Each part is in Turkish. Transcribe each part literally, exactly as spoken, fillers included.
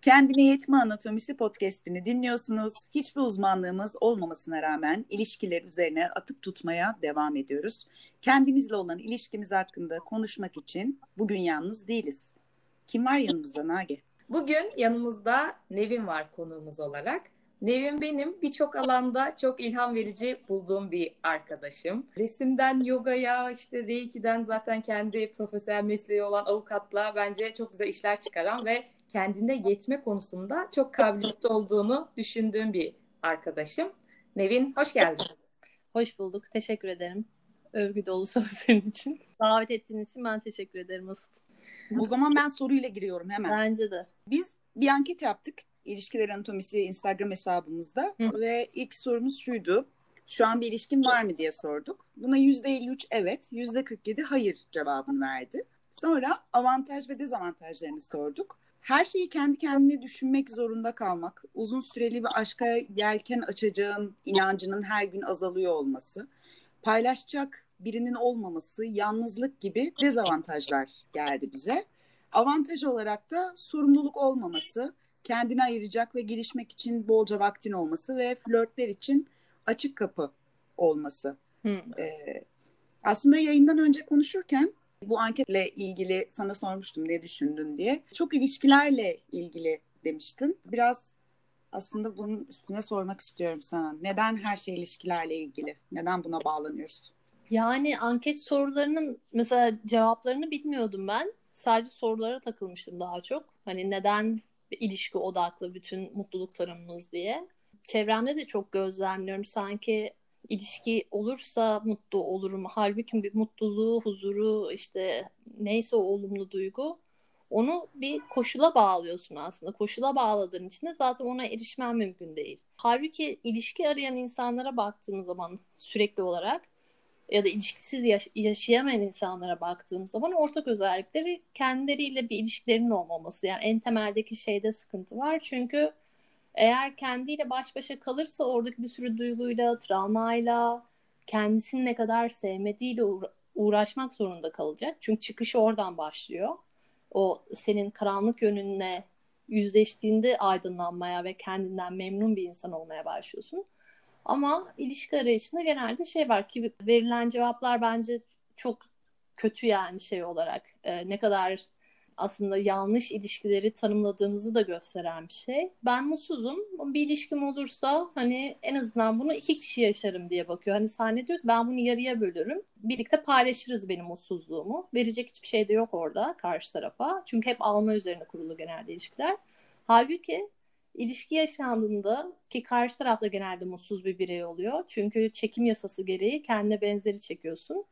Kendine Yetme Anatomisi podcast'ini dinliyorsunuz. Hiçbir uzmanlığımız olmamasına rağmen ilişkiler üzerine atıp tutmaya devam ediyoruz. Kendimizle olan ilişkimiz hakkında konuşmak için bugün yalnız değiliz. Kim var yanımızda Nage? Bugün yanımızda Nevin var konuğumuz olarak. Nevin benim birçok alanda çok ilham verici bulduğum bir arkadaşım. Resimden yogaya, işte Reiki'den zaten kendi profesyonel mesleği olan avukatlığa bence çok güzel işler çıkaran ve kendine yetme konusunda çok kabiliyetli olduğunu düşündüğüm bir arkadaşım. Nevin, hoş geldin. Hoş bulduk. Teşekkür ederim. Övgü dolu sözlerin için. Davet ettiğiniz için ben teşekkür ederim Asıl. O zaman ben soruyla giriyorum hemen. Bence de. Biz bir anket yaptık. İlişkiler Anatomisi Instagram hesabımızda. Hı. Ve ilk sorumuz şuydu. Şu an bir ilişkin var mı diye sorduk. Buna yüzde elli üç evet, yüzde kırk yedi hayır cevabını verdi. Sonra avantaj ve dezavantajlarını sorduk. Her şeyi kendi kendine düşünmek zorunda kalmak, uzun süreli bir aşka yelken açacağın inancının her gün azalıyor olması, paylaşacak birinin olmaması, yalnızlık gibi dezavantajlar geldi bize. Avantaj olarak da sorumluluk olmaması, kendini ayıracak ve gelişmek için bolca vaktin olması ve flörtler için açık kapı olması. Hmm. Ee, aslında yayından önce konuşurken bu anketle ilgili sana sormuştum ne düşündün diye. Çok ilişkilerle ilgili demiştin. Biraz aslında bunun üstüne sormak istiyorum sana. Neden her şey ilişkilerle ilgili? Neden buna bağlanıyoruz? Yani anket sorularının mesela cevaplarını bilmiyordum ben. Sadece sorulara takılmıştım daha çok. Hani neden ilişki odaklı bütün mutluluk tanımımız diye. Çevremde de çok gözlemliyorum. Sanki ilişki olursa mutlu olurum. Halbuki bir mutluluğu, huzuru, işte neyse o olumlu duygu, onu bir koşula bağlıyorsun aslında. Koşula bağladığın için de zaten ona erişmen mümkün değil. Halbuki ilişki arayan insanlara baktığım zaman sürekli olarak ya da ilişkisiz yaş- yaşayamayan insanlara baktığım zaman ortak özellikleri kendileriyle bir ilişkilerinin olmaması. Yani en temeldeki şeyde sıkıntı var. Çünkü eğer kendiyle baş başa kalırsa oradaki bir sürü duyguyla, travmayla, kendisini ne kadar sevmediğiyle uğra- uğraşmak zorunda kalacak. Çünkü çıkışı oradan başlıyor. O senin karanlık yönünle yüzleştiğinde aydınlanmaya ve kendinden memnun bir insan olmaya başlıyorsun. Ama ilişki arayışında genelde şey var ki verilen cevaplar bence çok kötü yani şey olarak. Ee, ne kadar aslında yanlış ilişkileri tanımladığımızı da gösteren bir şey. Ben mutsuzum. Bir ilişkim olursa hani en azından bunu iki kişi yaşarım diye bakıyor. Hani sahne diyor ki ben bunu yarıya bölürüm. Birlikte paylaşırız benim mutsuzluğumu. Verecek hiçbir şey de yok orada karşı tarafa. Çünkü hep alma üzerine kurulu genelde ilişkiler. Halbuki İlişki yaşandığında ki karşı tarafta genelde mutsuz bir birey oluyor. Çünkü çekim yasası gereği kendine benzeri çekiyorsun.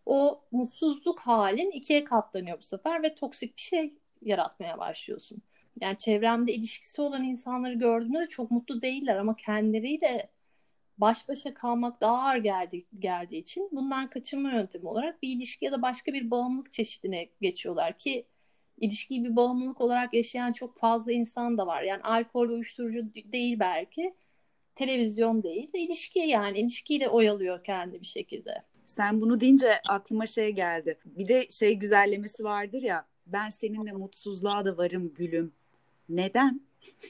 O mutsuzluk halin ikiye katlanıyor bu sefer ve toksik bir şey yaratmaya başlıyorsun. Yani çevremde ilişkisi olan insanları gördüğümde de çok mutlu değiller ama kendileriyle baş başa kalmak daha ağır geldi, geldiği için bundan kaçınma yöntemi olarak bir ilişki ya da başka bir bağımlılık çeşidine geçiyorlar ki İlişkiyi bir bağımlılık olarak yaşayan çok fazla insan da var. Yani alkol, uyuşturucu değil belki, televizyon değil de ilişki yani ilişkiyle oyalıyor kendi bir şekilde. Sen bunu deyince aklıma şey geldi. Bir de şey güzellemesi vardır ya, ben seninle mutsuzluğa da varım gülüm. Neden?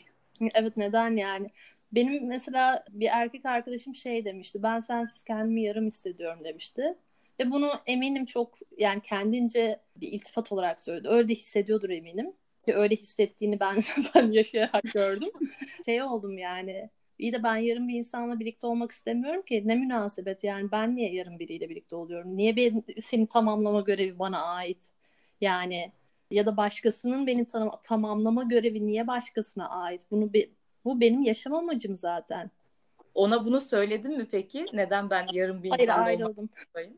Evet neden yani? Benim mesela bir erkek arkadaşım şey demişti. Ben sensiz kendimi yarım hissediyorum demişti. Ve bunu eminim çok yani kendince bir iltifat olarak söyledi. Öyle de hissediyordur eminim. Ki öyle hissettiğini ben zaten yaşayarak gördüm. Şey oldum yani. İyi de ben yarın bir insanla birlikte olmak istemiyorum ki. Ne münasebet yani ben niye yarın biriyle birlikte oluyorum? Niye ben, seni tamamlama görevi bana ait? Yani ya da başkasının beni tam- tamamlama görevi niye başkasına ait? Bunu be- bu benim yaşam amacım zaten. Ona bunu söyledin mi peki? Neden ben yarın bir Hayır insanla ayrıldım. olmak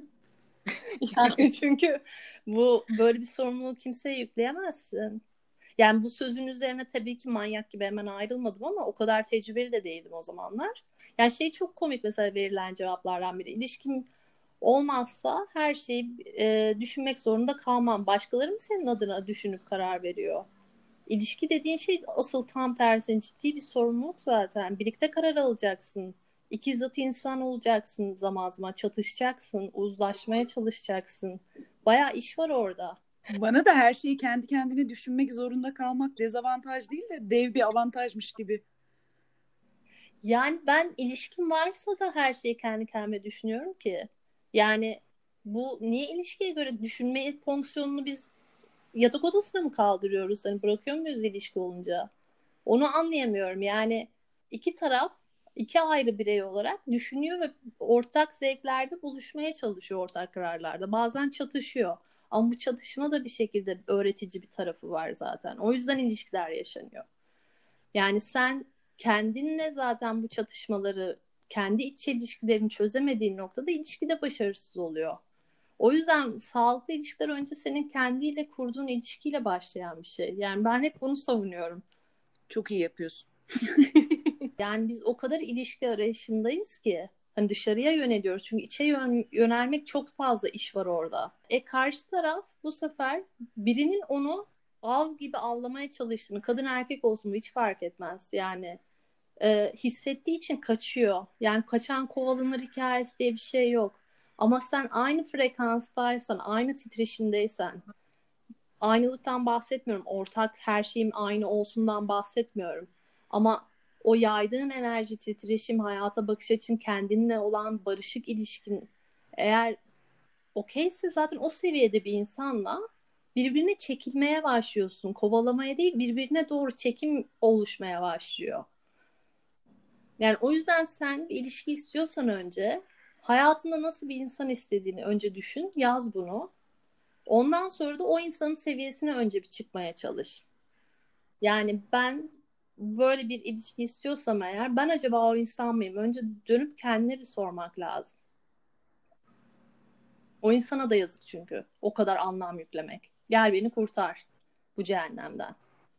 Yani çünkü bu böyle bir sorumluluğu kimseye yükleyemezsin. Yani bu sözün üzerine tabii ki manyak gibi hemen ayrılmadım ama o kadar tecrübeli de değildim o zamanlar. Yani şey çok komik mesela verilen cevaplardan biri. İlişkim olmazsa her şeyi e, düşünmek zorunda kalmam. Başkaları mı senin adına düşünüp karar veriyor? İlişki dediğin şey asıl tam tersine ciddi bir sorumluluk zaten. Birlikte karar alacaksın. İki zıt insan olacaksın zaman zaman. Çatışacaksın. Uzlaşmaya çalışacaksın. Bayağı iş var orada. Bana da her şeyi kendi kendine düşünmek zorunda kalmak dezavantaj değil de dev bir avantajmış gibi. Yani ben ilişkim varsa da her şeyi kendi kendime düşünüyorum ki. Yani bu niye ilişkiye göre düşünme fonksiyonunu biz yatak odasına mı kaldırıyoruz? Hani bırakıyor muyuz ilişki olunca? Onu anlayamıyorum. Yani iki taraf iki ayrı birey olarak düşünüyor ve ortak zevklerde buluşmaya çalışıyor, ortak kararlarda. Bazen çatışıyor. Ama bu çatışma da bir şekilde öğretici bir tarafı var zaten. O yüzden ilişkiler yaşanıyor. Yani sen kendinle zaten bu çatışmaları, kendi iç ilişkilerini çözemediğin noktada ilişkide başarısız oluyor. O yüzden sağlıklı ilişkiler önce senin kendiyle kurduğun ilişkiyle başlayan bir şey. Yani ben hep bunu savunuyorum. Çok iyi yapıyorsun. Yani biz o kadar ilişki arayışındayız ki hani dışarıya yöneliyoruz. Çünkü içe yön, yönelmek çok fazla iş var orada. E karşı taraf bu sefer birinin onu av gibi avlamaya çalıştığını, kadın erkek olsun bu hiç fark etmez. Yani e, hissettiği için kaçıyor. Yani kaçan kovalanır hikayesi diye bir şey yok. Ama sen aynı frekanstaysan, aynı titreşimdeysen, aynılıktan bahsetmiyorum. Ortak her şeyim aynı olsundan bahsetmiyorum. Ama o yaydığın enerji, titreşim, hayata bakış açın, kendinle olan barışık ilişkin eğer okeyse zaten o seviyede bir insanla birbirine çekilmeye başlıyorsun. Kovalamaya değil, birbirine doğru çekim oluşmaya başlıyor. Yani o yüzden sen bir ilişki istiyorsan önce hayatında nasıl bir insan istediğini önce düşün, yaz bunu. Ondan sonra da o insanın seviyesine önce bir çıkmaya çalış. Yani ben böyle bir ilişki istiyorsam eğer ben acaba o insan mıyım? Önce dönüp kendine bir sormak lazım. O insana da yazık çünkü. O kadar anlam yüklemek. Gel beni kurtar bu cehennemden.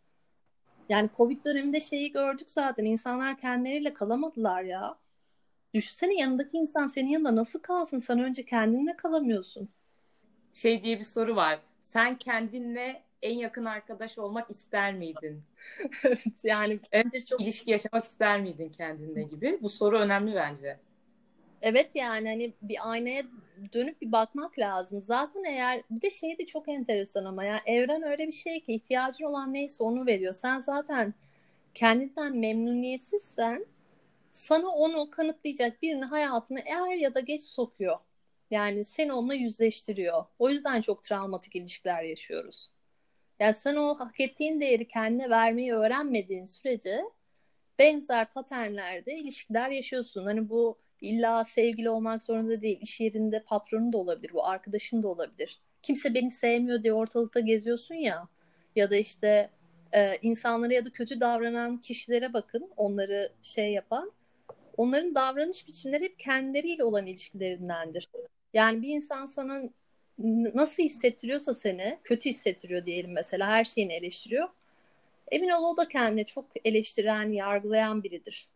Yani Covid döneminde şeyi gördük zaten. İnsanlar kendileriyle kalamadılar ya. Düşünsene yanındaki insan senin yanında nasıl kalsın? Sen önce kendinle kalamıyorsun. Şey diye bir soru var. Sen kendinle en yakın arkadaş olmak ister miydin? Evet yani Evet, bence çok ilişki yaşamak ister miydin kendinle gibi? Bu soru önemli bence. evet yani hani bir aynaya dönüp bir bakmak lazım. Zaten eğer bir de şey de çok enteresan ama ya evren öyle bir şey ki ihtiyacın olan neyse onu veriyor. Sen zaten kendinden memnuniyetsizsen sana onu kanıtlayacak birini hayatına er ya da geç sokuyor. Yani seni onunla yüzleştiriyor. O yüzden çok travmatik ilişkiler yaşıyoruz. Yani sen o hak ettiğin değeri kendine vermeyi öğrenmediğin sürece benzer paternlerde ilişkiler yaşıyorsun. Hani bu illa sevgili olmak zorunda değil. İş yerinde patronun da olabilir, bu arkadaşın da olabilir. Kimse beni sevmiyor diye ortalıkta geziyorsun ya. Ya da işte e, insanlara ya da kötü davranan kişilere bakın, onları şey yapan. Onların davranış biçimleri hep kendileriyle olan ilişkilerindendir. Yani bir insan sana nasıl hissettiriyorsa seni, kötü hissettiriyor diyelim mesela, her şeyini eleştiriyor. Emin ol o da kendini çok eleştiren, yargılayan biridir.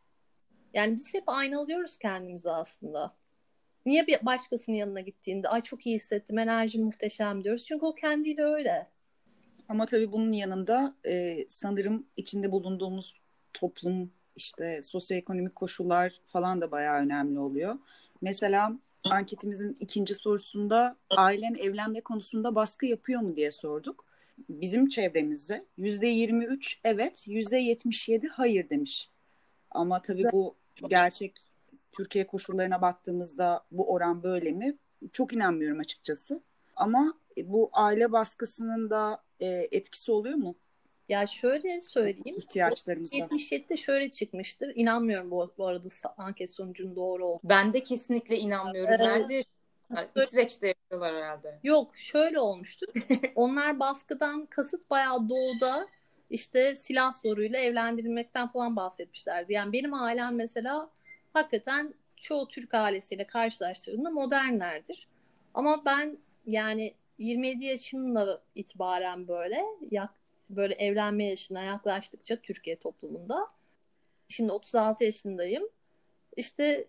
Yani biz hep aynalıyoruz kendimizi aslında. Niye bir başkasının yanına gittiğinde ay çok iyi hissettim, enerjim muhteşem diyoruz. Çünkü o kendiyle öyle. Ama tabii bunun yanında e, sanırım içinde bulunduğumuz toplum, işte sosyoekonomik koşullar falan da bayağı önemli oluyor. Mesela anketimizin ikinci sorusunda ailen evlenme konusunda baskı yapıyor mu diye sorduk. Bizim çevremizde yüzde yirmi üç evet, yüzde yetmiş yedi hayır demiş. Ama tabii bu gerçek Türkiye koşullarına baktığımızda bu oran böyle mi? Çok inanmıyorum açıkçası. Ama bu aile baskısının da e, etkisi oluyor mu Ya şöyle söyleyeyim. ihtiyaçlarımızda? yetmiş yedide şöyle çıkmıştır. İnanmıyorum bu, bu arada anket sonucunun doğru olduğunu. Ben de kesinlikle inanmıyorum. Nerede yaşıyorlar? İsveç'te yaşıyorlar herhalde. Yok şöyle olmuştu. Onlar baskıdan kasıt bayağı doğuda işte silah zoruyla evlendirilmekten falan bahsetmişlerdi. Yani benim ailem mesela hakikaten çoğu Türk ailesiyle karşılaştırdığında modernlerdir. Ama ben yani yirmi yedi yaşımla itibaren böyle yak, böyle evlenme yaşına yaklaştıkça Türkiye toplumunda şimdi otuz altı yaşındayım. İşte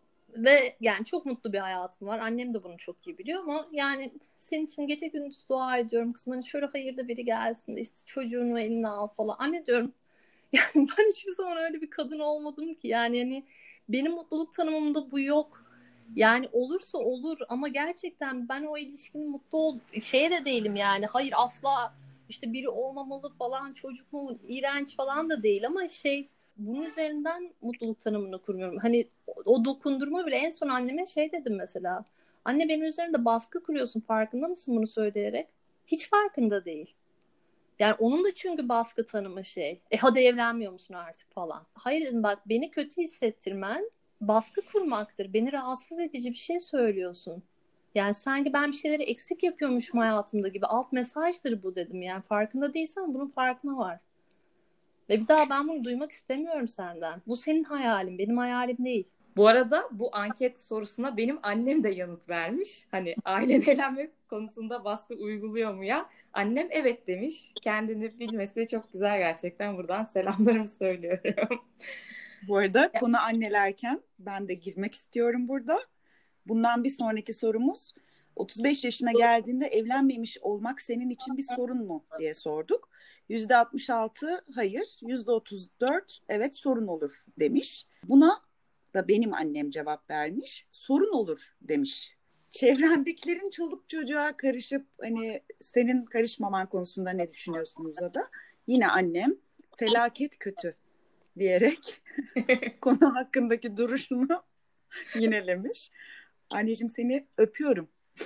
ve yani çok mutlu bir hayatım var. Annem de bunu çok iyi biliyor ama yani senin için gece gündüz dua ediyorum kızım. Hani şöyle hayırlı biri gelsin de işte çocuğunu eline al falan. Anne diyorum yani ben hiçbir zaman öyle bir kadın olmadım ki. Yani hani benim mutluluk tanımımda bu yok. Yani olursa olur ama gerçekten ben o ilişkinin mutlu ol şeye de değilim yani. Hayır asla işte biri olmamalı falan, çocuk mu iğrenç falan da değil ama şey, bunun üzerinden mutluluk tanımını kurmuyorum. Hani o, o dokundurma bile, en son anneme şey dedim mesela. Anne benim üzerimde baskı kuruyorsun, farkında mısın bunu söyleyerek? Hiç farkında değil. Yani onun da çünkü baskı tanımı şey. E hadi evlenmiyor musun artık falan. Hayır dedim, bak beni kötü hissettirmen baskı kurmaktır. Beni rahatsız edici bir şey söylüyorsun. Yani sanki ben bir şeyleri eksik yapıyormuşum hayatımda gibi. Alt mesajdır bu dedim. Yani farkında değilsen bunun farkına var. Ve bir daha ben bunu duymak istemiyorum senden. Bu senin hayalin, benim hayalim değil. Bu arada bu anket sorusuna benim annem de yanıt vermiş. Hani ailen evlenme konusunda baskı uyguluyor mu ya? Annem evet demiş. Kendini bilmesi çok güzel gerçekten. Buradan selamlarımı söylüyorum. Bu arada konu annelerken ben de girmek istiyorum burada. Bundan bir sonraki sorumuz, otuz beş yaşına geldiğinde evlenmemiş olmak senin için bir sorun mu diye sorduk. yüzde altmış altı hayır, yüzde otuz dört evet sorun olur demiş. Buna da benim annem cevap vermiş. Sorun olur demiş. Çevrendekilerin çoluk çocuğa karışıp hani senin karışmaman konusunda ne düşünüyorsunuz da? Yine annem felaket kötü diyerek konu hakkındaki duruşunu yinelemiş. Anneciğim seni öpüyorum.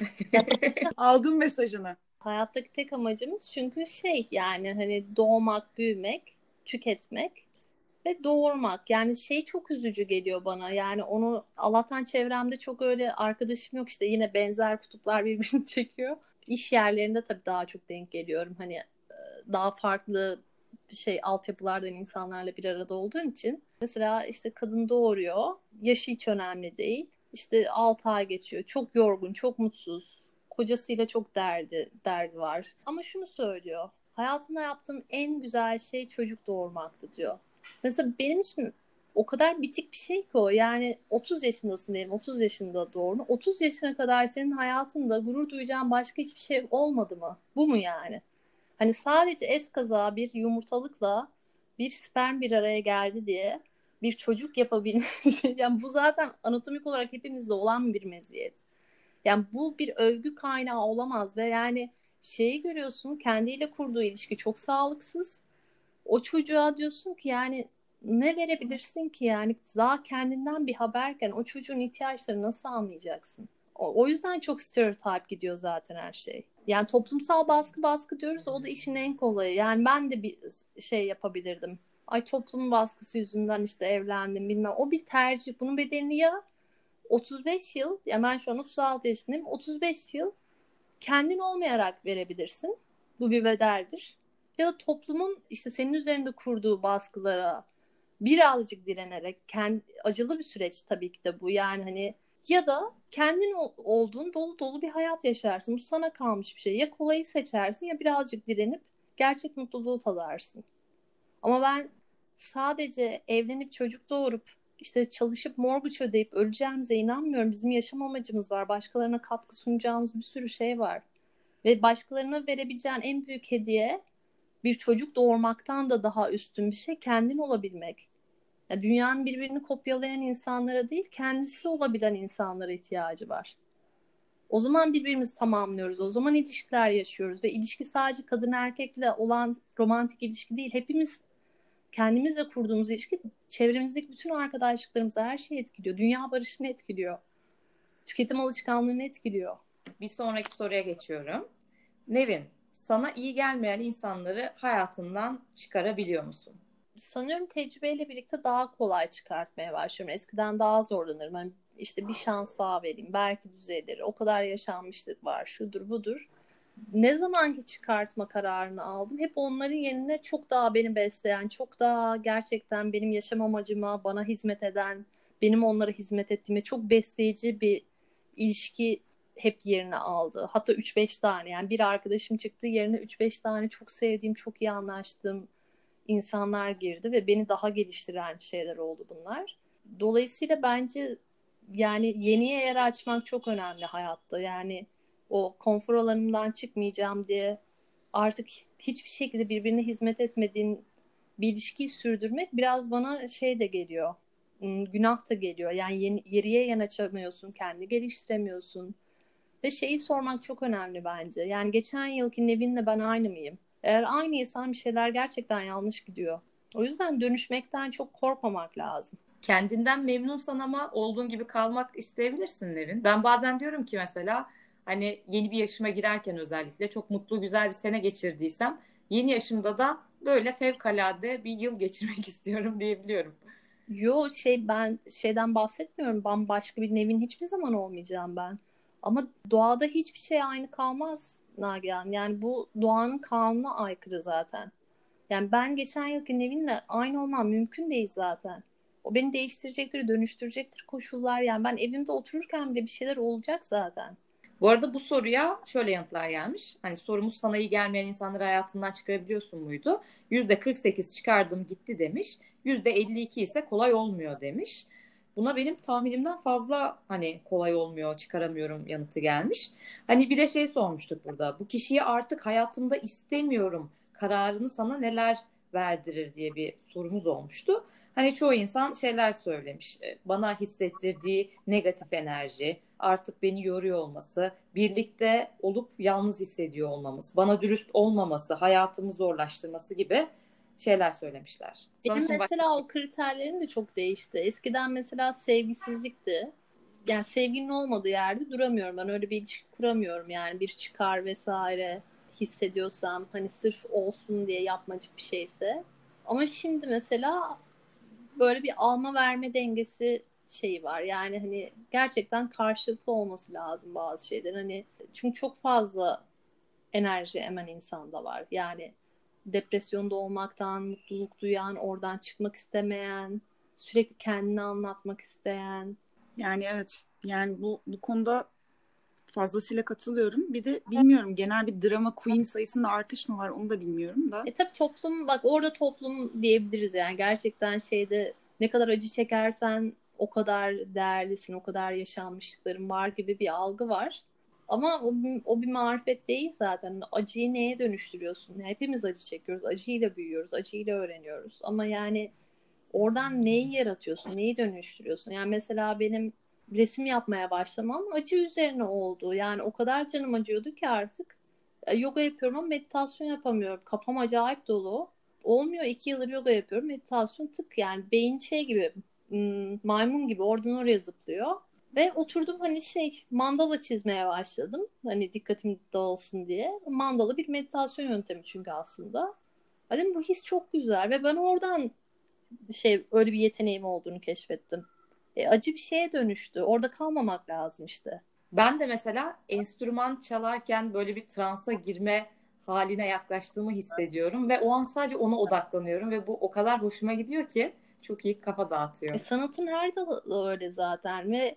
Aldım mesajını. Hayattaki tek amacımız çünkü şey, yani hani doğmak, büyümek, tüketmek ve doğurmak. Yani şey çok üzücü geliyor bana. Yani onu Allah'tan çevremde çok öyle arkadaşım yok, işte yine benzer kutuplar birbirini çekiyor. İş yerlerinde tabii daha çok denk geliyorum. Hani e, daha farklı şey altyapılardan insanlarla bir arada olduğun için. Mesela işte kadın doğuruyor. Yaşı hiç önemli değil. İşte altı ay geçiyor. Çok yorgun, çok mutsuz. Kocasıyla çok derdi, derdi var. Ama şunu söylüyor. Hayatımda yaptığım en güzel şey çocuk doğurmaktı diyor. Mesela benim için o kadar bitik bir şey ki o. Yani otuz yaşındasın diyelim. otuz yaşında doğurdun. otuz yaşına kadar senin hayatında gurur duyacağın başka hiçbir şey olmadı mı? Bu mu yani? Hani sadece eskaza bir yumurtalıkla bir sperm bir araya geldi diye bir çocuk yapabilmek. Yani bu zaten anatomik olarak hepimizde olan bir meziyet. Yani bu bir övgü kaynağı olamaz ve yani şeyi görüyorsun, kendiyle kurduğu ilişki çok sağlıksız. O çocuğa diyorsun ki yani ne verebilirsin ki, yani daha kendinden bir haberken o çocuğun ihtiyaçlarını nasıl anlayacaksın? O, o yüzden çok stereotip gidiyor zaten her şey. Yani toplumsal baskı baskı diyoruz, o da işin en kolayı. Yani ben de bir şey yapabilirdim. Ay toplumun baskısı yüzünden işte evlendim bilmem. O bir tercih. Bunun bedelini ya otuz beş yıl, ya ben şu an otuz altı yaşındayım. otuz beş yıl kendin olmayarak verebilirsin. Bu bir bedeldir. Ya da toplumun işte senin üzerinde kurduğu baskılara birazcık direnerek, kendi, acılı bir süreç tabii ki de bu. Yani hani ya da kendin ol, olduğun dolu dolu bir hayat yaşarsın. Bu sana kalmış bir şey. Ya kolayı seçersin ya birazcık direnip gerçek mutluluğu tadarsın. Ama ben sadece evlenip çocuk doğurup işte çalışıp mortgage ödeyip öleceğimize inanmıyorum. Bizim yaşam amacımız var. Başkalarına katkı sunacağımız bir sürü şey var. Ve başkalarına verebileceğin en büyük hediye bir çocuk doğurmaktan da daha üstün bir şey kendin olabilmek. Yani dünyanın birbirini kopyalayan insanlara değil, kendisi olabilen insanlara ihtiyacı var. O zaman birbirimizi tamamlıyoruz. O zaman ilişkiler yaşıyoruz ve ilişki sadece kadın erkekle olan romantik ilişki değil. Hepimiz kendimizle kurduğumuz ilişki çevremizdeki bütün arkadaşlıklarımızı, her şeyi etkiliyor. Dünya barışını etkiliyor. Tüketim alışkanlığını etkiliyor. Bir sonraki soruya geçiyorum. Nevin, sana iyi gelmeyen insanları hayatından çıkarabiliyor musun? Sanıyorum tecrübeyle birlikte daha kolay çıkartmaya başlıyorum. Eskiden daha zorlanırım. Yani işte bir şans daha vereyim, belki düzelir. O kadar yaşanmışlık var, şudur budur. Ne zamanki çıkartma kararını aldım, hep onların yerine çok daha beni besleyen, çok daha gerçekten benim yaşam amacıma, bana hizmet eden, benim onlara hizmet ettiğime çok besleyici bir ilişki hep yerini aldı. Hatta üç beş tane, yani bir arkadaşım çıktı yerine üç beş tane çok sevdiğim, çok iyi anlaştığım insanlar girdi ve beni daha geliştiren şeyler oldu bunlar. Dolayısıyla bence yani yeniye yer açmak çok önemli hayatta. Yani o konfor alanımdan çıkmayacağım diye artık hiçbir şekilde birbirine hizmet etmediğin bir ilişkiyi sürdürmek biraz bana şey de geliyor. günah da geliyor. Yani yeni, yeriye yanaşamıyorsun, kendini geliştiremiyorsun. Ve şeyi sormak çok önemli bence. Yani geçen yılki Nevin'le ben aynı mıyım? Eğer aynıysan bir şeyler gerçekten yanlış gidiyor. O yüzden dönüşmekten çok korkmamak lazım. Kendinden memnunsan ama olduğun gibi kalmak isteyebilirsin Nevin. Ben bazen diyorum ki mesela hani yeni bir yaşıma girerken özellikle çok mutlu güzel bir sene geçirdiysem yeni yaşımda da böyle fevkalade bir yıl geçirmek istiyorum diyebiliyorum. Yo şey ben şeyden bahsetmiyorum. Bambaşka bir Nevin hiçbir zaman olmayacağım ben. Ama doğada hiçbir şey aynı kalmaz Nagihan. Yani bu doğanın kanununa aykırı zaten. Yani ben geçen yılki Nevin'le aynı olmam mümkün değil zaten. O beni değiştirecektir, dönüştürecektir koşullar. Yani ben evimde otururken bile bir şeyler olacak zaten. Bu arada bu soruya şöyle yanıtlar gelmiş. Hani sorumuz sana iyi gelmeyen insanları hayatından çıkarabiliyorsun muydu? yüzde kırk sekiz çıkardım gitti demiş. yüzde elli iki ise kolay olmuyor demiş. Buna benim tahminimden fazla hani kolay olmuyor, çıkaramıyorum yanıtı gelmiş. Hani bir de şey sormuştuk burada. Bu kişiyi artık hayatımda istemiyorum kararını sana neler verdirir diye bir sorumuz olmuştu. Hani çoğu insan şeyler söylemiş. Bana hissettirdiği negatif enerji, artık beni yoruyor olması, birlikte olup yalnız hissediyor olmamız, bana dürüst olmaması, hayatımı zorlaştırması gibi şeyler söylemişler. Sana Benim şimdi bak- mesela o kriterlerim de çok değişti. Eskiden mesela sevgisizlikti. Yani sevginin olmadığı yerde duramıyorum. Ben öyle bir ilişki kuramıyorum. Yani bir çıkar vesaire hissediyorsam hani sırf olsun diye yapmacık bir şeyse. Ama şimdi mesela böyle bir alma verme dengesi şeyi var. Yani hani gerçekten karşılıklı olması lazım bazı şeyler. Hani çünkü çok fazla enerji emen insanda var. Yani depresyonda olmaktan, mutluluk duyan, oradan çıkmak istemeyen, sürekli kendini anlatmak isteyen. Yani evet. Yani bu bu konuda fazlasıyla katılıyorum. Bir de bilmiyorum, genel bir drama queen sayısında artış mı var onu da bilmiyorum da. E tabii toplum, bak orada toplum diyebiliriz yani. Gerçekten şeyde ne kadar acı çekersen o kadar değerlisin, o kadar yaşanmışlıkların var gibi bir algı var. Ama o, o bir marifet değil zaten. Acıyı neye dönüştürüyorsun? Hepimiz acı çekiyoruz. Acıyla büyüyoruz, acıyla öğreniyoruz. Ama yani oradan neyi yaratıyorsun, neyi dönüştürüyorsun? Yani mesela benim resim yapmaya başlamam acı üzerine oldu. Yani o kadar canım acıyordu ki artık e, yoga yapıyorum ama meditasyon yapamıyorum. Kafam acayip dolu. Olmuyor, iki yıldır yoga yapıyorum. Meditasyon tık, yani beyin şey gibi, hmm, maymun gibi oradan oraya zıplıyor. Ve oturdum hani şey mandala çizmeye başladım. Hani dikkatim dağılsın diye. Mandala bir meditasyon yöntemi çünkü aslında. Dedim bu his çok güzel ve ben oradan şey öyle bir yeteneğim olduğunu keşfettim. E, acı bir şeye dönüştü. Orada kalmamak lazım işte. Ben de mesela enstrüman çalarken böyle bir transa girme haline yaklaştığımı hissediyorum ve o an sadece ona odaklanıyorum ve bu o kadar hoşuma gidiyor ki çok iyi kafa E, dağıtıyor. sanatın her dalı öyle zaten ve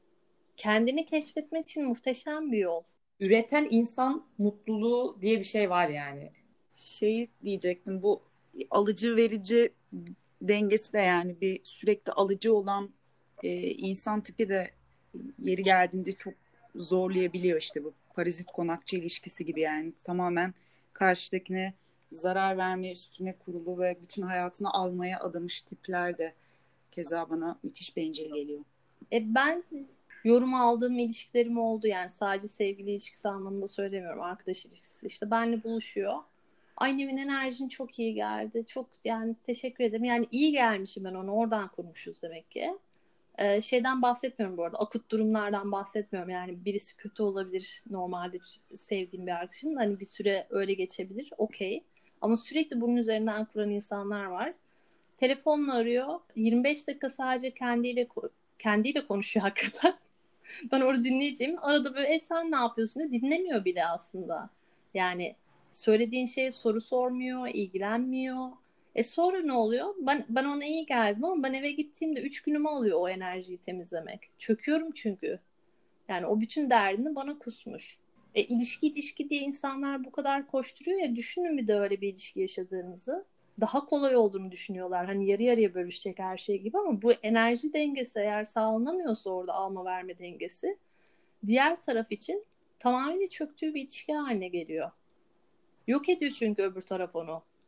kendini keşfetmek için muhteşem bir yol. Üreten insan mutluluğu diye bir şey var yani. Şeyi diyecektim, bu alıcı verici dengesi de, yani bir sürekli alıcı olan e, insan tipi de yeri geldiğinde çok zorlayabiliyor, işte bu parazit konakçı ilişkisi gibi. Yani tamamen karşıdakine zarar vermeye üstüne kurulu ve bütün hayatını almaya adamış tipler de keza bana müthiş bencil geliyor. E, ben yorum aldığım ilişkilerim oldu, yani sadece sevgili ilişkisi anlamında söylemiyorum, arkadaş ilişkisi. İşte benle buluşuyor. Ay Nevin, enerjin çok iyi geldi. Çok, yani teşekkür ederim. Yani iyi gelmişim ben ona. Oradan kurmuşuz demek ki. Ee, şeyden bahsetmiyorum bu arada. Akut durumlardan bahsetmiyorum. Yani birisi kötü olabilir. Normalde sevdiğim bir arkadaşın. Hani bir süre öyle geçebilir. Okey. Ama sürekli bunun üzerinden kuran insanlar var. Telefonla arıyor. yirmi beş dakika sadece kendiyle kendiyle konuşuyor hakikaten. Ben orada dinleyeceğim. Arada böyle e sen ne yapıyorsun diye dinlemiyor bile aslında. Yani söylediğin şeye soru sormuyor, ilgilenmiyor. E sonra ne oluyor? Ben ben ona iyi geldim ama ben eve gittiğimde üç günümü alıyor o enerjiyi temizlemek. Çöküyorum çünkü. Yani o bütün derdini bana kusmuş. E, ilişki ilişki diye insanlar bu kadar koşturuyor ya, düşünün bir de öyle bir ilişki yaşadığınızı. Daha kolay olduğunu düşünüyorlar. Hani yarı yarıya bölüşecek her şey gibi ama bu enerji dengesi eğer sağlanamıyorsa, orada alma verme dengesi diğer taraf için tamamıyla çöktüğü bir ilişki haline geliyor. Yok ediyor çünkü öbür taraf onu.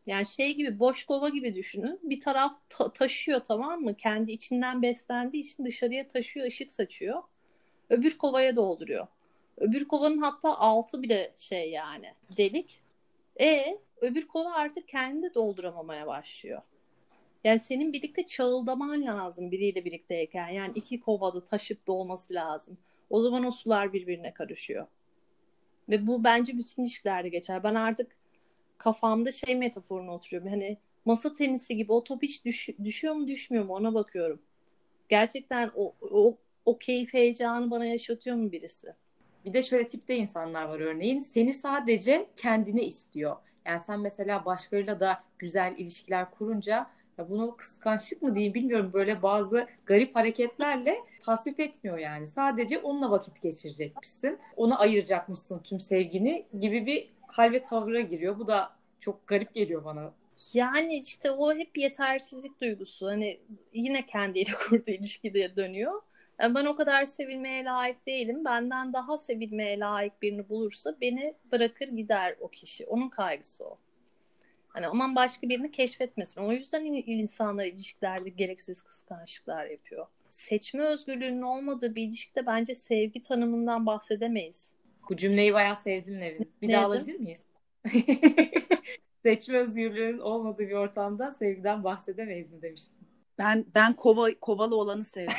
Yani şey gibi, boş kova gibi düşünün. Bir taraf ta- taşıyor, tamam mı? Kendi içinden beslendiği için dışarıya taşıyor, ışık saçıyor. Öbür kovaya dolduruyor. Öbür kovanın hatta altı bile şey yani delik. E öbür kova artık kendi dolduramamaya başlıyor. Yani senin birlikte çağıldaman lazım biriyle birlikteyken. Yani iki kovada taşıp dolması lazım. O zaman o sular birbirine karışıyor. Ve bu bence bütün ilişkilerde geçer. Ben artık kafamda şey metaforuna oturuyorum. Hani masa tenisi gibi o top hiç düş- düşüyor mu düşmüyor mu ona bakıyorum. Gerçekten o, o, o keyif heyecanı bana yaşatıyor mu birisi? Bir de şöyle tipte insanlar var örneğin. Seni sadece kendine istiyor. Yani sen mesela başkalarıyla da güzel ilişkiler kurunca ya bunu kıskançlık mı diyeyim bilmiyorum, böyle bazı garip hareketlerle tasvip etmiyor yani. Sadece onunla vakit geçirecekmişsin. Ona ayıracakmışsın tüm sevgini gibi bir hal ve tavra giriyor. Bu da çok garip geliyor bana. Yani işte o hep yetersizlik duygusu. Hani yine kendiyle kurduğu ilişkide dönüyor. Yani ben o kadar sevilmeye layık değilim. Benden daha sevilmeye layık birini bulursa beni bırakır gider o kişi. Onun kaygısı o. Hani aman başka birini keşfetmesin. O yüzden insanlar ilişkilerde gereksiz kıskançlıklar yapıyor. Seçme özgürlüğünün olmadığı bir ilişkide bence sevgi tanımından bahsedemeyiz. Bu cümleyi bayağı sevdim Nevin. Bir Ne daha dedim? alabilir miyiz? Seçme özgürlüğün olmadığı bir ortamda sevgiden bahsedemeyiz mi demiştin. Ben ben kova kovalı olanı sevdim.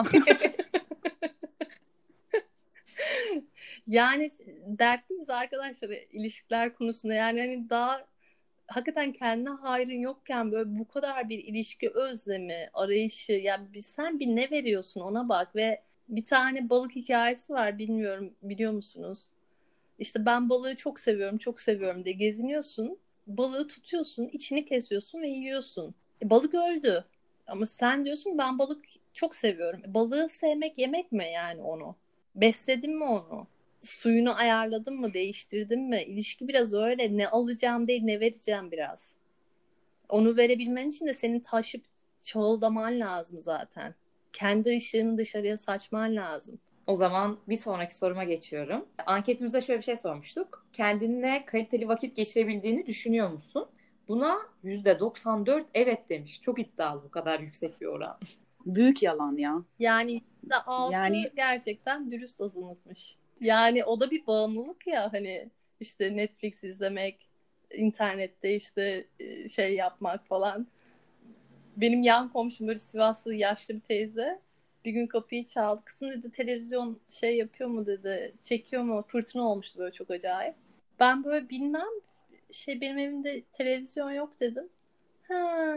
Yani dertliyiz arkadaşlar ilişkiler konusunda. Yani hani daha hakikaten kendine hayrın yokken böyle bu kadar bir ilişki özlemi, arayışı, ya bir, sen bir ne veriyorsun ona bak. Ve bir tane balık hikayesi var, bilmiyorum biliyor musunuz? İşte ben balığı çok seviyorum, çok seviyorum diye geziniyorsun. Balığı tutuyorsun, içini kesiyorsun ve yiyorsun. E, balık öldü. Ama sen diyorsun ben balık çok seviyorum. E, balığı sevmek yemek mi yani onu? Besledin mi onu? Suyunu ayarladın mı, değiştirdin mi? İlişki biraz öyle. Ne alacağım değil, ne vereceğim biraz. Onu verebilmen için de senin taşıp çağıldaman lazım zaten. Kendi ışığını dışarıya saçman lazım. O zaman bir sonraki soruma geçiyorum. Anketimizde şöyle bir şey sormuştuk. Kendinle kaliteli vakit geçirebildiğini düşünüyor musun? Buna yüzde doksan dört evet demiş. Çok iddialı bu kadar yüksek bir oran. Büyük yalan ya. Yani yüzde altı Yani gerçekten dürüst azınlıkmış. Yani o da bir bağımlılık ya, hani işte Netflix izlemek, internette işte e, şey yapmak falan. Benim yan komşum böyle Sivaslı yaşlı bir teyze. Bir gün kapıyı çaldı. Kızım dedi televizyon şey yapıyor mu dedi. Çekiyor mu? Fırtına olmuştu böyle çok acayip. Ben böyle bilmem, şey benim evimde televizyon yok dedim. Ha.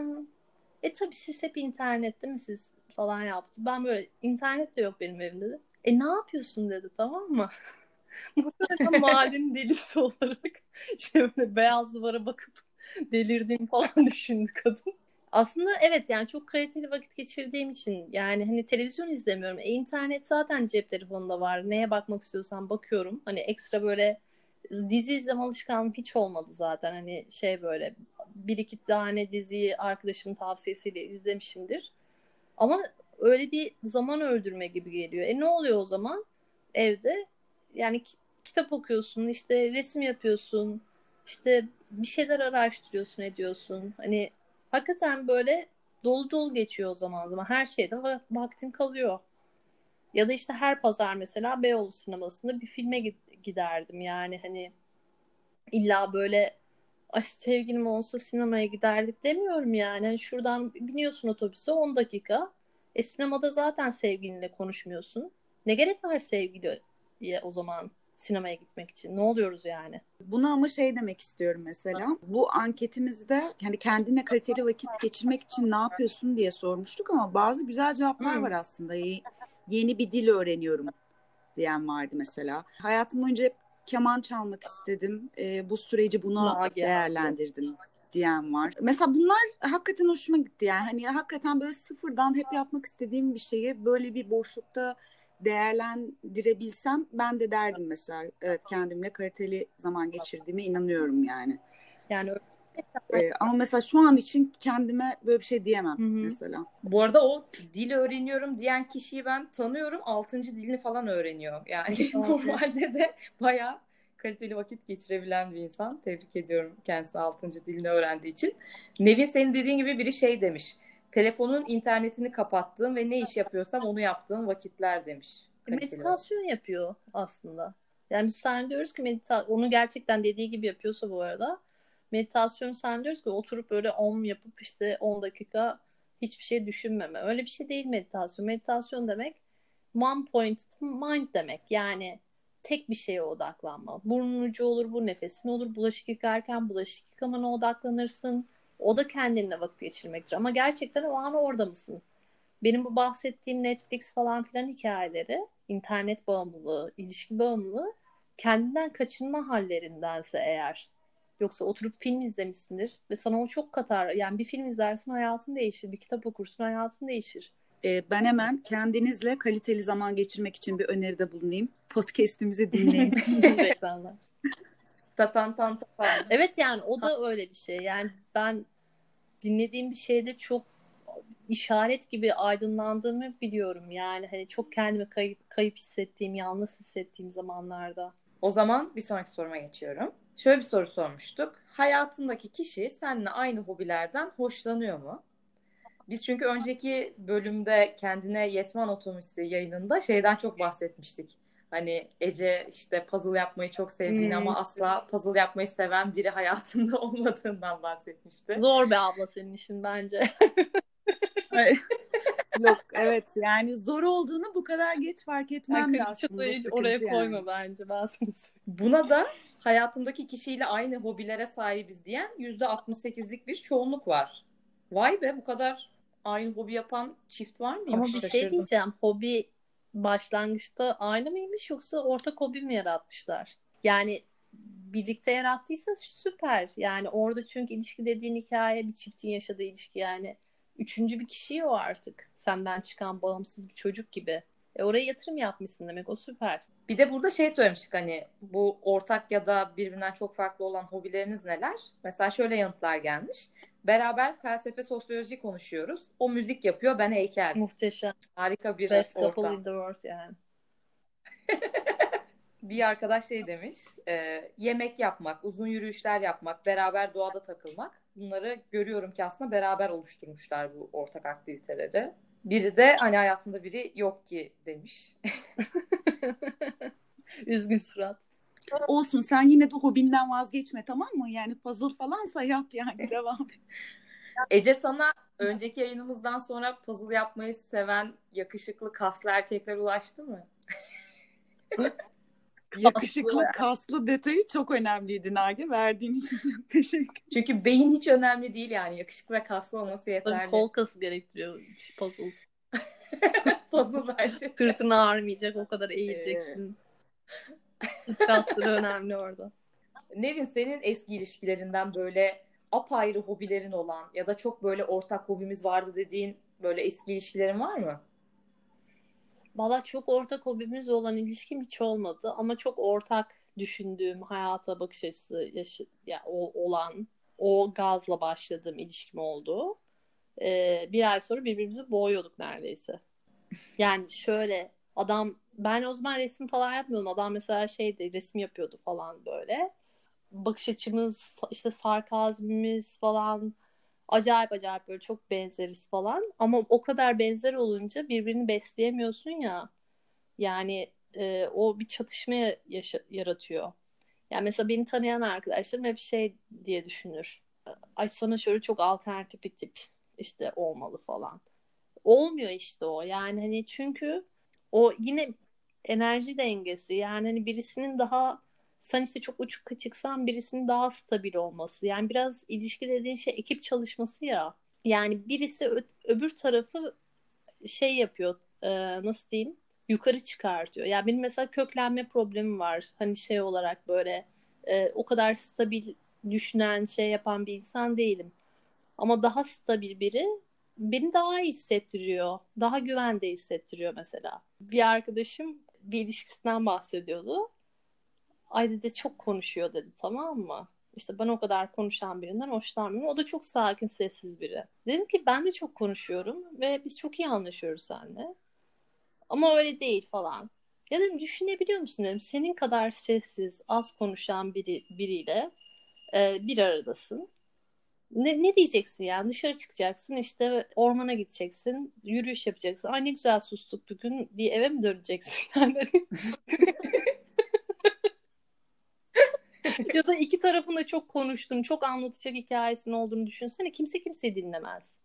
E tabii siz hep internette mi siz falan yaptı. Ben böyle internet de yok benim evimde de. E ne yapıyorsun dedi, tamam mı? Muhtemelen mahallenin delisi olarak şöyle beyaz duvara bakıp delirdiğim falan düşündü kadın. Aslında evet, yani çok kaliteli vakit geçirdiğim için, yani hani televizyon izlemiyorum. E internet zaten cep telefonunda var. Neye bakmak istiyorsam bakıyorum. Hani ekstra böyle dizi izleme alışkanlığım hiç olmadı zaten. Hani şey böyle bir iki tane diziyi arkadaşımın tavsiyesiyle izlemişimdir. Ama öyle bir zaman öldürme gibi geliyor. E ne oluyor o zaman evde? Yani ki- kitap okuyorsun, işte resim yapıyorsun, işte bir şeyler araştırıyorsun, ediyorsun. Hani hakikaten böyle dolu dolu geçiyor o zaman zaman. Her şeyde va- vaktin kalıyor. Ya da işte her pazar mesela Beyoğlu sinemasında bir filme gid- giderdim. Yani hani illa böyle ay sevgilim olsa sinemaya giderdik demiyorum yani. Hani şuradan biniyorsun otobüse on dakika. E sinemada zaten sevgilinle konuşmuyorsun. Ne gerek var sevgiliye o zaman sinemaya gitmek için? Ne oluyoruz yani? buna ama şey demek istiyorum mesela. Bu anketimizde hani kendine kaliteli vakit geçirmek için ne yapıyorsun diye sormuştuk ama bazı güzel cevaplar var Hmm. aslında. Ye- Yeni bir dil öğreniyorum diyen vardı mesela. Hayatım boyunca hep keman çalmak istedim. E, bu süreci buna Nagihan. değerlendirdim diyen var. Mesela bunlar hakikaten hoşuma gitti. Yani hani hakikaten böyle sıfırdan hep yapmak istediğim bir şeyi böyle bir boşlukta değerlendirebilsem ben de derdim mesela. Evet, kendimle kaliteli zaman geçirdiğime inanıyorum yani. Yani Ee, ama mesela şu an için kendime böyle bir şey diyemem Hı hı. mesela. Bu arada o dil öğreniyorum diyen kişiyi ben tanıyorum. Altıncı dilini falan öğreniyor. Yani normalde de bayağı kaliteli vakit geçirebilen bir insan. Tebrik ediyorum kendisi altıncı dilini öğrendiği için. Nevin senin dediğin gibi biri şey demiş. Telefonun internetini kapattığım ve ne iş yapıyorsam onu yaptığım vakitler demiş. Meditasyon vakit. Yapıyor aslında. Yani biz sen diyoruz ki medita- onu gerçekten dediği gibi yapıyorsa bu arada meditasyon sen diyoruz ki oturup böyle om yapıp işte on dakika hiçbir şey düşünmeme. Öyle bir şey değil meditasyon. Meditasyon demek one pointed mind demek. Yani tek bir şeye odaklanma. Burnun ucu olur, bu nefesin olur. Bulaşık yıkarken bulaşık yıkamana odaklanırsın. O da kendinle vakit geçirmektir. Ama gerçekten o an orada mısın? Benim bu bahsettiğim Netflix falan filan hikayeleri, internet bağımlılığı, ilişki bağımlılığı kendinden kaçınma hallerindense eğer. Yoksa oturup film izlemişsindir ve sana o çok katar. Yani bir film izlersin hayatın değişir. Bir kitap okursun hayatın değişir. Ee, ben hemen kendinizle kaliteli zaman geçirmek için bir öneride bulunayım. Podcast'imizi dinleyin. Reklamlar. Tatan tan tan. Evet yani o da öyle bir şey. Yani ben dinlediğim bir şeyde çok işaret gibi aydınlandığımı biliyorum. Yani hani çok kendimi kayıp, kayıp hissettiğim, yalnız hissettiğim zamanlarda. O zaman bir sonraki soruma geçiyorum. Şöyle bir soru sormuştuk. Hayatındaki kişi seninle aynı hobilerden hoşlanıyor mu? Biz çünkü önceki bölümde kendine yetme anatomisi yayınında şeyden çok bahsetmiştik. Hani Ece işte puzzle yapmayı çok sevdiğini hmm. ama asla puzzle yapmayı seven biri hayatında olmadığından bahsetmişti. Zor be abla senin işin bence. Yok evet yani zor olduğunu bu kadar geç fark etmem de aslında hiç oraya yani. koyma bence ben sana Buna da hayatımdaki kişiyle aynı hobilere sahibiz diyen yüzde altmış sekizlik bir çoğunluk var. Vay be bu kadar aynı hobi yapan çift var mı? Ama bir Şaşırdım. Şey diyeceğim, hobi başlangıçta aynı mıymış yoksa ortak hobi mi yaratmışlar? Yani birlikte yarattıysa süper. Yani orada çünkü ilişki dediğin hikaye bir çiftin yaşadığı ilişki yani. Üçüncü bir kişi o artık. Senden çıkan bağımsız bir çocuk gibi. E oraya yatırım yapmışsın demek o süper. Bir de burada şey söylemiştik hani bu ortak ya da birbirinden çok farklı olan hobileriniz neler? Mesela şöyle yanıtlar gelmiş. Beraber felsefe, sosyoloji konuşuyoruz. O müzik yapıyor, ben heykel. Muhteşem. Harika bir Best ortam. couple in the world yani. Bir arkadaş şey demiş, e, yemek yapmak, uzun yürüyüşler yapmak, beraber doğada takılmak. Bunları görüyorum ki aslında beraber oluşturmuşlar bu ortak aktiviteleri. Biri de hani hayatımda biri yok ki demiş. Üzgün surat. Olsun sen yine de hobinden vazgeçme tamam mı? Yani puzzle falansa yap yani devam et. Ece sana önceki yayınımızdan sonra puzzle yapmayı seven yakışıklı kaslı erkekler ulaştı mı? Yakışıklı kaslı detayı çok önemliydi Nage. Verdiğin için çok teşekkür ederim. Çünkü beyin hiç önemli değil yani. Yakışıklı ve kaslı olması yeterli. Tabii kol kası gerektiriyor puzzle. Puzzle bence. Sırtını ağrımayacak o kadar eğileceksin. Kasları önemli orada. Nevin senin eski ilişkilerinden böyle apayrı hobilerin olan ya da çok böyle ortak hobimiz vardı dediğin böyle eski ilişkilerin var mı? Valla çok ortak hobimiz olan ilişkim hiç olmadı ama çok ortak düşündüğüm hayata bakış açısı yaşı, yani olan o gazla başladığım ilişkim oldu. Ee, bir ay sonra birbirimizi boğuyorduk neredeyse. Yani şöyle adam ben o zaman resim falan yapmıyordum. Adam mesela şeydi resim yapıyordu falan böyle. Bakış açımız işte sarkazmimiz falan acayip acayip böyle çok benzeriz falan. Ama o kadar benzer olunca birbirini besleyemiyorsun ya. Yani e, o bir çatışma yaşa- yaratıyor. Yani mesela beni tanıyan arkadaşlarım hep şey diye düşünür. Ay sana şöyle çok alternatif bir tip işte olmalı falan. Olmuyor işte o. Yani hani çünkü o yine enerji dengesi. Yani hani birisinin daha sen işte çok uçuk kaçıksan birisinin daha stabil olması. Yani biraz ilişki dediğin şey ekip çalışması ya. Yani birisi ö- öbür tarafı şey yapıyor. E, nasıl diyeyim? Yukarı çıkartıyor. Yani benim mesela köklenme problemim var. Hani şey olarak böyle e, o kadar stabil düşünen şey yapan bir insan değilim. Ama daha stabil biri beni daha iyi hissettiriyor. Daha güvende hissettiriyor mesela. Bir arkadaşım bir ilişkisinden bahsediyordu. Ay dedi çok konuşuyor dedi tamam mı? İşte ben o kadar konuşan birinden hoşlanmıyorum. O da çok sakin, sessiz biri. Dedim ki ben de çok konuşuyorum ve biz çok iyi anlaşıyoruz seninle. Ama öyle değil falan. Ya dedim düşünebiliyor musun dedim. Senin kadar sessiz, az konuşan biri, biriyle e, bir aradasın. Ne, ne diyeceksin yani? Dışarı çıkacaksın, işte ormana gideceksin, yürüyüş yapacaksın. Ay ne güzel sustuk bugün diye eve mi döneceksin yani? Ya da iki tarafın da çok konuştum, çok anlatacak hikayesinin olduğunu düşünsene. Kimse kimseyi dinlemez.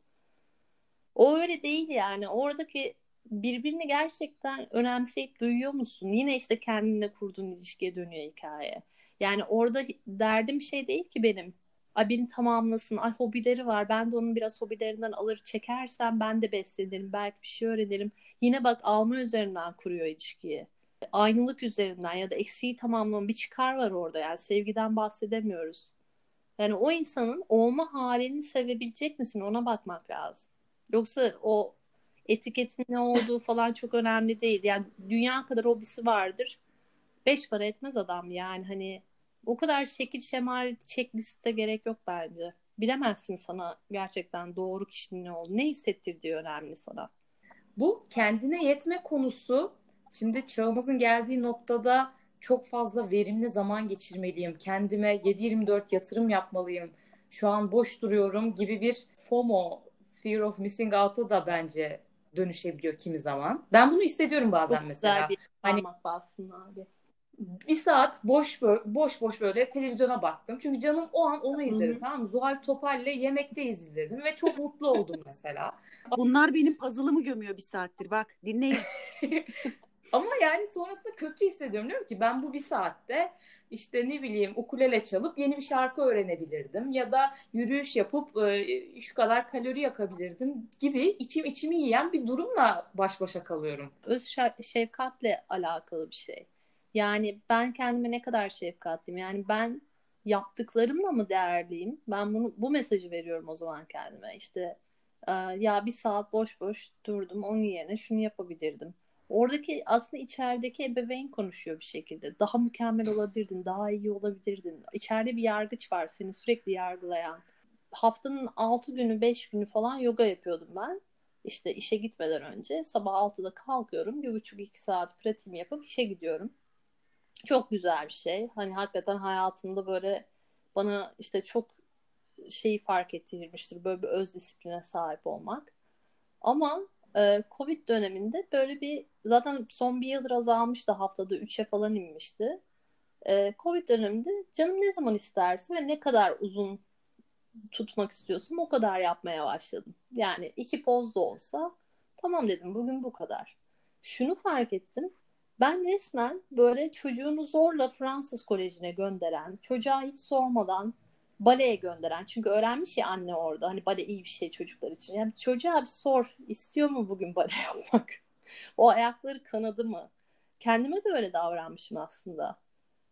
O öyle değil yani. Oradaki birbirini gerçekten önemseyip duyuyor musun? Yine işte kendinle kurduğun ilişkiye dönüyor hikaye. Yani orada derdim şey değil ki benim. Ay beni tamamlasın. Ay hobileri var. Ben de onun biraz hobilerinden alır çekersem ben de beslenirim. Belki bir şey öğrenirim. Yine bak alma üzerinden kuruyor ilişkiyi. Aynılık üzerinden ya da eksiği tamamlama bir çıkar var orada. Yani sevgiden bahsedemiyoruz. Yani o insanın olma halini sevebilecek misin? Ona bakmak lazım. Yoksa o etiketin ne olduğu falan çok önemli değil. Yani dünya kadar hobisi vardır. Beş para etmez adam yani hani o kadar şekil şemal checkliste gerek yok bence. Bilemezsin sana gerçekten doğru kişinin ne olduğunu. Ne hissettirdiği önemli sana. Bu kendine yetme konusu şimdi çağımızın geldiği noktada çok fazla verimli zaman geçirmeliyim. Kendime yedi yirmi dört yatırım yapmalıyım. Şu an boş duruyorum gibi bir FOMO, Fear of Missing Out'a da bence dönüşebiliyor kimi zaman. Ben bunu hissediyorum bazen Çok güzel mesela. bir Hani parmak bassın abi. bir saat boş bö- boş boş böyle televizyona baktım. Çünkü canım o an onu Hı izledi, hı. tamam mı? Zuhal Topal'le Yemekteyiz izledim ve çok mutlu oldum mesela. Bunlar benim puzzle'ımı gömüyor bir saattir. Bak dinleyin. Ama yani sonrasında kötü hissediyorum. Diyorum ki ben bu bir saatte işte ne bileyim ukulele çalıp yeni bir şarkı öğrenebilirdim. Ya da yürüyüş yapıp e, şu kadar kalori yakabilirdim gibi içim içimi yiyen bir durumla baş başa kalıyorum. Öz şe- şefkatle alakalı bir şey. Yani ben kendime ne kadar şefkatliyim? Yani ben yaptıklarımla mı değerliyim? Ben bunu bu mesajı veriyorum o zaman kendime. İşte e, ya bir saat boş boş durdum, onun yerine şunu yapabilirdim. Oradaki aslında içerideki ebeveyn konuşuyor bir şekilde. Daha mükemmel olabilirdin, daha iyi olabilirdin. İçeride bir yargıç var seni sürekli yargılayan. Haftanın altı günü, beş günü falan yoga yapıyordum ben. İşte işe gitmeden önce sabah altıda kalkıyorum. Bir buçuk iki saat pratiğimi yapıp işe gidiyorum. Çok güzel bir şey. Hani hakikaten hayatımda böyle bana işte çok şeyi fark ettirmiştir. Böyle bir öz disipline sahip olmak. Ama e, Covid döneminde böyle bir zaten son bir yıldır azalmıştı. Haftada üçe falan inmişti. E, Covid döneminde canım ne zaman isterse ve ne kadar uzun tutmak istiyorsam o kadar yapmaya başladım. Yani iki poz da olsa tamam dedim bugün bu kadar. Şunu fark ettim. Ben resmen böyle çocuğunu zorla Fransız kolejine gönderen, çocuğa hiç sormadan baleye gönderen. Çünkü öğrenmiş ya anne orada. Hani bale iyi bir şey çocuklar için. Yani çocuğa bir sor. İstiyor mu bugün bale yapmak? O ayakları kanadı mı? Kendime de öyle davranmışım aslında.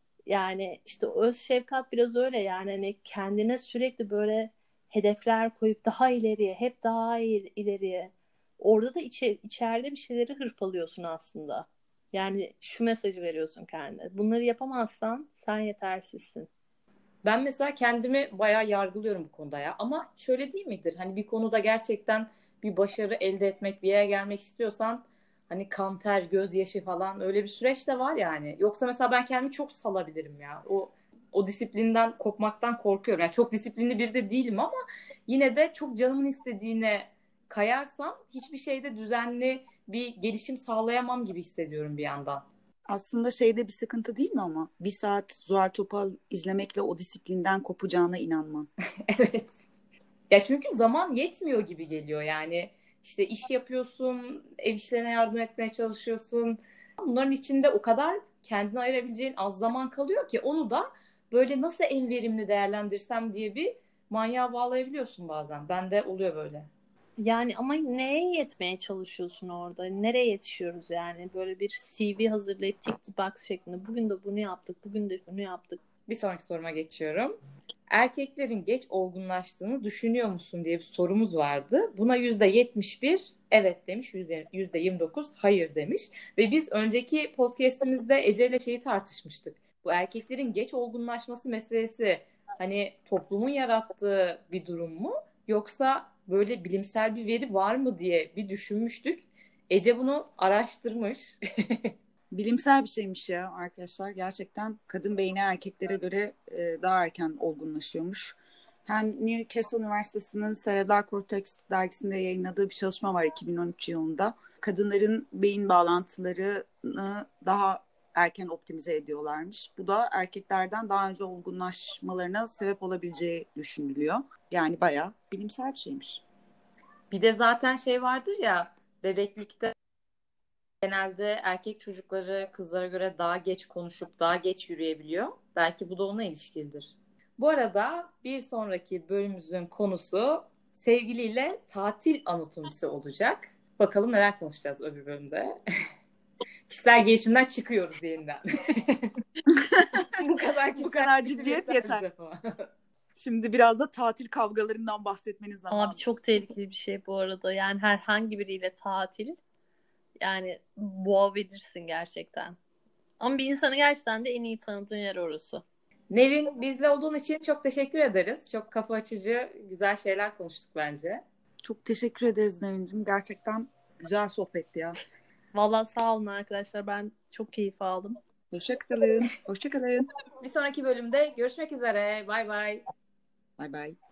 Yani işte o öz şefkat biraz öyle yani hani kendine sürekli böyle hedefler koyup daha ileriye, hep daha il- ileriye. Orada da içe, içeride bir şeyleri hırpalıyorsun aslında. Yani şu mesajı veriyorsun kendine. Bunları yapamazsan sen yetersizsin. Ben mesela kendimi bayağı yargılıyorum bu konuda ya. Ama şöyle değil midir? Hani bir konuda gerçekten bir başarı elde etmek, bir yere gelmek istiyorsan hani kan ter, gözyaşı falan öyle bir süreç de var yani. Yoksa mesela ben kendimi çok salabilirim ya. O o disiplinden kopmaktan korkuyorum. Yani çok disiplinli biri de değilim ama yine de çok canımın istediğine kayarsam hiçbir şeyde düzenli bir gelişim sağlayamam gibi hissediyorum bir yandan. Aslında şeyde bir sıkıntı değil mi ama? Bir saat Zuhal Topal izlemekle o disiplinden kopacağına inanman. Evet. Ya çünkü zaman yetmiyor gibi geliyor yani. İşte iş yapıyorsun, ev işlerine yardım etmeye çalışıyorsun. Bunların içinde o kadar kendine ayırabileceğin az zaman kalıyor ki onu da böyle nasıl en verimli değerlendirsem diye bir manyağa bağlayabiliyorsun bazen. Bende oluyor böyle. Yani ama neye yetmeye çalışıyorsun orada? Nereye yetişiyoruz yani? Böyle bir C V hazırlayıp tick the box şeklinde. Bugün de bunu yaptık, bugün de bunu yaptık. Bir sonraki soruma geçiyorum. Erkeklerin geç olgunlaştığını düşünüyor musun diye bir sorumuz vardı. Buna yüzde yetmiş bir evet demiş, yüzde yirmi dokuz hayır demiş. Ve biz önceki podcastimizde Ece ile şeyi tartışmıştık. Bu erkeklerin geç olgunlaşması meselesi hani toplumun yarattığı bir durum mu? Yoksa böyle bilimsel bir veri var mı diye bir düşünmüştük. Ece bunu araştırmış. Bilimsel bir şeymiş ya arkadaşlar. Gerçekten kadın beyni erkeklere göre e, daha erken olgunlaşıyormuş. Hem Newcastle Üniversitesi'nin Cerebral Cortex dergisinde yayınladığı bir çalışma var iki bin on üç yılında. Kadınların beyin bağlantılarını daha erken optimize ediyorlarmış. Bu da erkeklerden daha önce olgunlaşmalarına sebep olabileceği düşünülüyor. Yani bayağı bilimsel bir şeymiş. Bir de zaten şey vardır ya, bebeklikte genelde erkek çocukları kızlara göre daha geç konuşup daha geç yürüyebiliyor. Belki bu da ona ilişkilidir. Bu arada bir sonraki bölümümüzün konusu sevgiliyle tatil anatomisi olacak. Bakalım neler konuşacağız öbür bölümde. Kişisel gelişimden çıkıyoruz yeniden. Bu kadar Bu kadar ciddiyet yeter. Şimdi biraz da tatil kavgalarından bahsetmeniz zamanı. Abi çok tehlikeli bir şey bu arada. Yani herhangi biriyle tatil, yani boğabilirsin gerçekten. Ama bir insanı gerçekten de en iyi tanıdığın yer orası. Nevin, bizle olduğun için çok teşekkür ederiz. Çok kafa açıcı, güzel şeyler konuştuk bence. Çok teşekkür ederiz Nevin'cim. Gerçekten güzel sohbetti ya. Vallahi sağ olun arkadaşlar. Ben çok keyif aldım. Hoşçakalın. Hoşçakalın. Bir sonraki bölümde görüşmek üzere. Bay bay. Bay bay.